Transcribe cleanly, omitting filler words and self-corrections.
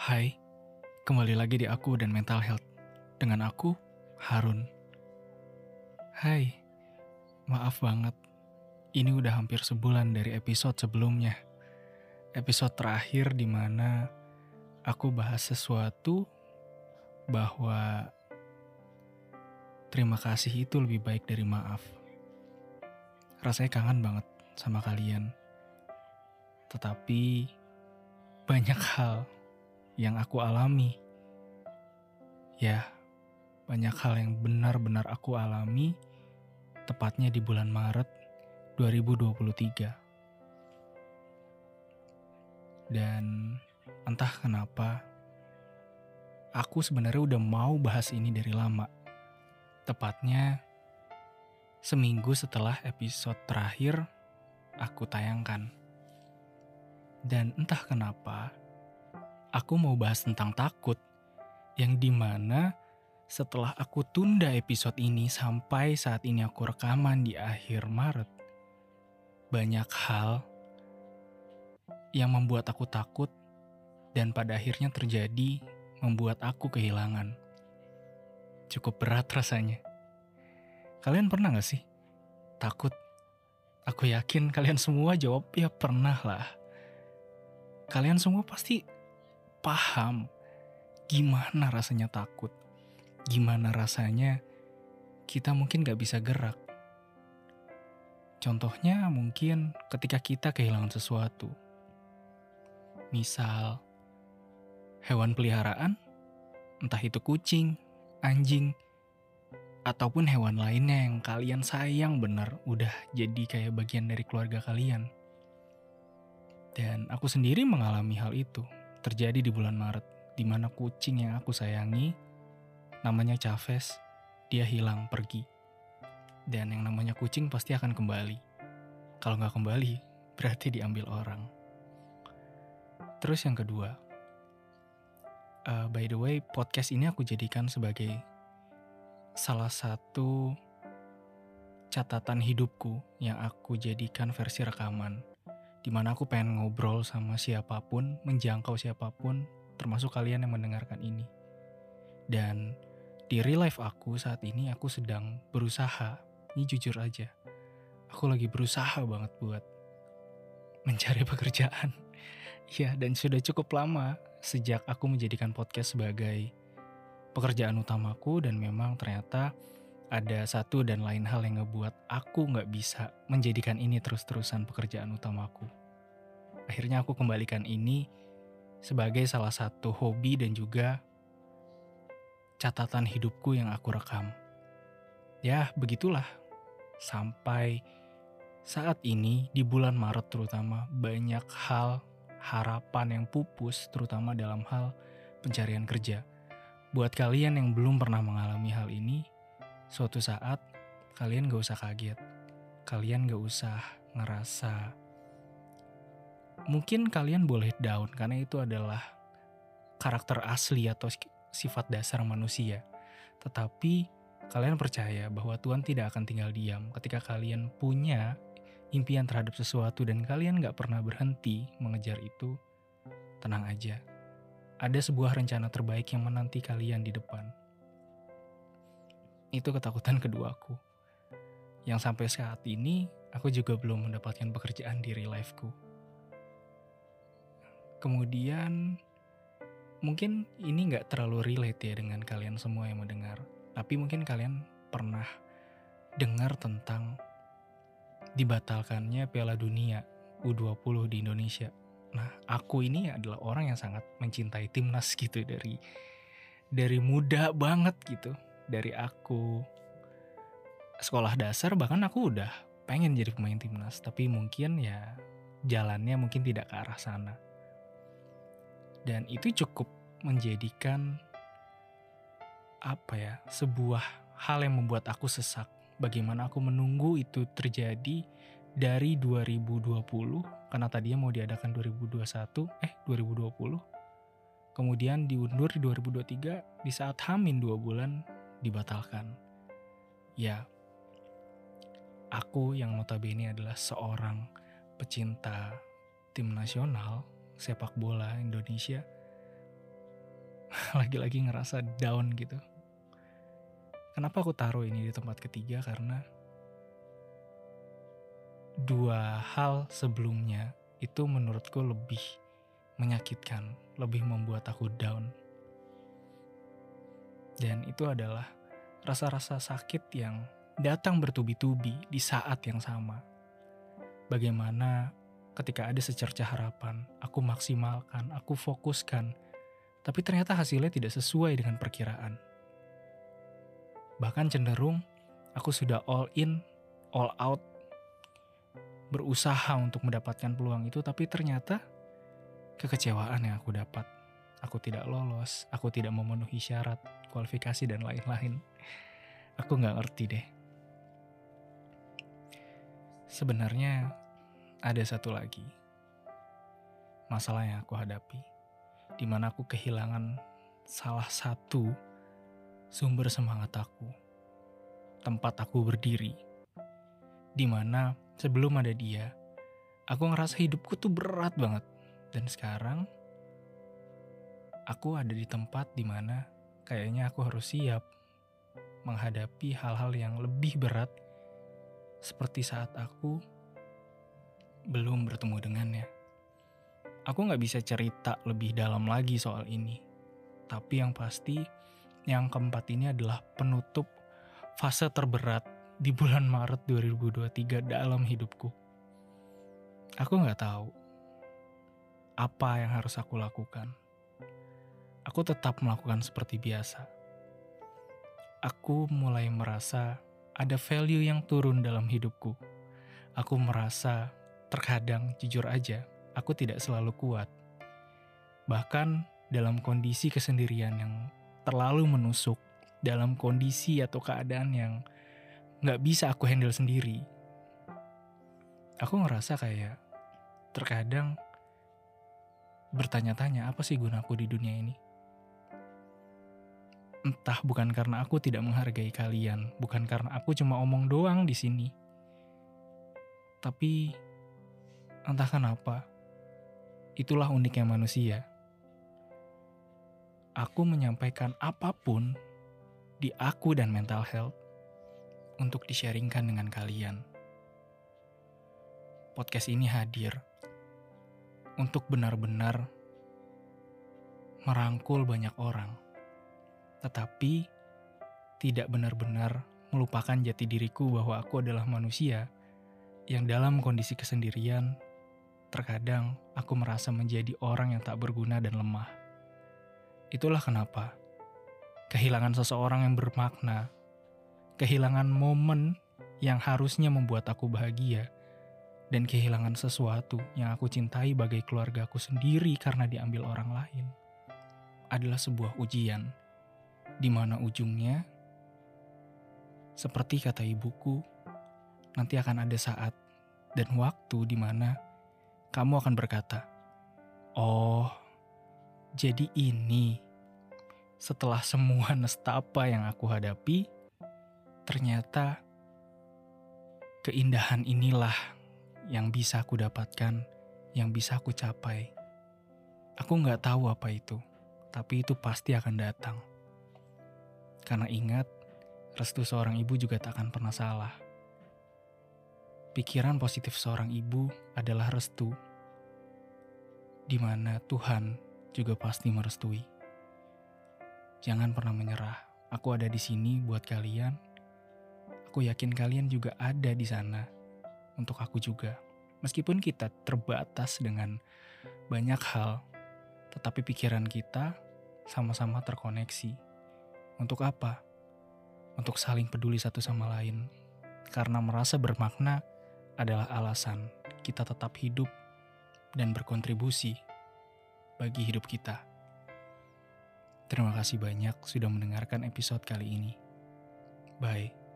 Hai, kembali lagi di Aku dan Mental Health. Dengan aku, Harun. Hai, maaf banget. Ini udah hampir sebulan dari episode sebelumnya. Episode terakhir di mana aku bahas sesuatu bahwa terima kasih itu lebih baik dari maaf. Rasanya kangen banget sama kalian. Tetapi banyak hal yang aku alami. Ya, banyak hal yang benar-benar aku alami, tepatnya di bulan Maret 2023. Dan entah kenapa, aku sebenarnya udah mau bahas ini dari lama. Tepatnya seminggu setelah episode terakhir aku tayangkan. Dan entah kenapa, aku mau bahas tentang takut, yang dimana setelah aku tunda episode ini sampai saat ini aku rekaman di akhir Maret, banyak hal yang membuat aku takut dan pada akhirnya terjadi membuat aku kehilangan. Cukup berat rasanya. Kalian pernah gak sih takut? Aku yakin kalian semua jawab ya pernah lah. Kalian semua pasti paham gimana rasanya takut. Gimana rasanya kita mungkin gak bisa gerak. Contohnya mungkin ketika kita kehilangan sesuatu. Misal hewan peliharaan, entah itu kucing, anjing, ataupun hewan lainnya yang kalian sayang bener udah jadi kayak bagian dari keluarga kalian. Dan aku sendiri mengalami hal itu terjadi di bulan Maret, di mana kucing yang aku sayangi namanya Chavez, dia hilang pergi. Dan yang namanya kucing pasti akan kembali. Kalau nggak kembali, berarti diambil orang. Terus yang kedua, by the way, podcast ini aku jadikan sebagai salah satu catatan hidupku yang aku jadikan versi rekaman. Dimana aku pengen ngobrol sama siapapun, menjangkau siapapun, termasuk kalian yang mendengarkan ini. Dan di real life aku saat ini aku sedang berusaha, ini jujur aja, aku lagi berusaha banget buat mencari pekerjaan. Ya, dan sudah cukup lama sejak aku menjadikan podcast sebagai pekerjaan utamaku, dan memang ternyata ada satu dan lain hal yang ngebuat aku gak bisa menjadikan ini terus-terusan pekerjaan utamaku. Akhirnya aku kembalikan ini sebagai salah satu hobi dan juga catatan hidupku yang aku rekam. Ya, begitulah. Sampai saat ini di bulan Maret terutama banyak hal, harapan yang pupus terutama dalam hal pencarian kerja. Buat kalian yang belum pernah mengalami hal ini, suatu saat kalian gak usah kaget. Kalian gak usah ngerasa, mungkin kalian boleh down karena itu adalah karakter asli atau sifat dasar manusia. Tetapi kalian percaya bahwa Tuhan tidak akan tinggal diam ketika kalian punya impian terhadap sesuatu dan kalian gak pernah berhenti mengejar itu. Tenang aja, ada sebuah rencana terbaik yang menanti kalian di depan. Itu ketakutan keduaku, yang sampai saat ini aku juga belum mendapatkan pekerjaan di real life-ku. Kemudian mungkin ini gak terlalu relate ya dengan kalian semua yang mendengar, tapi mungkin kalian pernah dengar tentang dibatalkannya Piala Dunia U20 di Indonesia. Nah, aku ini adalah orang yang sangat mencintai timnas gitu dari muda banget gitu. Dari aku sekolah dasar bahkan aku udah pengen jadi pemain timnas, tapi mungkin ya jalannya mungkin tidak ke arah sana. Dan itu cukup menjadikan sebuah hal yang membuat aku sesak. Bagaimana aku menunggu itu terjadi dari 2020, karena tadinya mau diadakan 2020. Kemudian diundur di 2023, di saat H-2 bulan dibatalkan. Ya, aku yang notabene adalah seorang pecinta tim nasional sepak bola Indonesia, lagi-lagi ngerasa down gitu. Kenapa aku taruh ini di tempat ketiga? Karena dua hal sebelumnya itu menurutku lebih menyakitkan, lebih membuat aku down. Dan itu adalah rasa-rasa sakit yang datang bertubi-tubi di saat yang sama. Bagaimana ketika ada secerca harapan, aku maksimalkan, aku fokuskan, tapi ternyata hasilnya tidak sesuai dengan perkiraan. Bahkan cenderung aku sudah all in, all out, berusaha untuk mendapatkan peluang itu, tapi ternyata kekecewaan yang aku dapat. Aku tidak lolos, aku tidak memenuhi syarat, kualifikasi, dan lain-lain. Aku gak ngerti deh. Sebenarnya ada satu lagi masalah yang aku hadapi, di mana aku kehilangan salah satu sumber semangat aku, tempat aku berdiri, di mana sebelum ada dia, aku ngerasa hidupku tuh berat banget. Dan sekarang aku ada di tempat di mana kayaknya aku harus siap menghadapi hal-hal yang lebih berat, seperti saat aku belum bertemu dengannya. Aku gak bisa cerita lebih dalam lagi soal ini, tapi yang pasti yang keempat ini adalah penutup fase terberat di bulan Maret 2023 dalam hidupku. Aku gak tahu apa yang harus aku lakukan. Aku tetap melakukan seperti biasa. Aku mulai merasa ada value yang turun dalam hidupku. Aku merasa terkadang, jujur aja, aku tidak selalu kuat. Bahkan dalam kondisi kesendirian yang terlalu menusuk, dalam kondisi atau keadaan yang gak bisa aku handle sendiri, aku ngerasa kayak terkadang bertanya-tanya, apa sih gunaku di dunia ini? Entah bukan karena aku tidak menghargai kalian, bukan karena aku cuma omong doang di sini. Tapi entah kenapa, itulah uniknya manusia. Aku menyampaikan apapun di aku dan mental health untuk di-sharingkan dengan kalian. Podcast ini hadir untuk benar-benar merangkul banyak orang, tetapi tidak benar-benar melupakan jati diriku bahwa aku adalah manusia yang dalam kondisi kesendirian, terkadang aku merasa menjadi orang yang tak berguna dan lemah. Itulah kenapa kehilangan seseorang yang bermakna, kehilangan momen yang harusnya membuat aku bahagia, dan kehilangan sesuatu yang aku cintai bagai keluargaku sendiri karena diambil orang lain, adalah sebuah ujian, di mana ujungnya, seperti kata ibuku, nanti akan ada saat dan waktu di mana kamu akan berkata, "Oh, jadi ini setelah semua nestapa yang aku hadapi, ternyata keindahan inilah yang bisa aku dapatkan, yang bisa aku capai." Aku gak tahu apa itu, tapi itu pasti akan datang. Karena ingat, restu seorang ibu juga tak akan pernah salah. Pikiran positif seorang ibu adalah restu, di mana Tuhan juga pasti merestui. Jangan pernah menyerah. Aku ada di sini buat kalian. Aku yakin kalian juga ada di sana untuk aku juga. Meskipun kita terbatas dengan banyak hal, tetapi pikiran kita sama-sama terkoneksi. Untuk apa? Untuk saling peduli satu sama lain. Karena merasa bermakna adalah alasan kita tetap hidup dan berkontribusi bagi hidup kita. Terima kasih banyak sudah mendengarkan episode kali ini. Bye.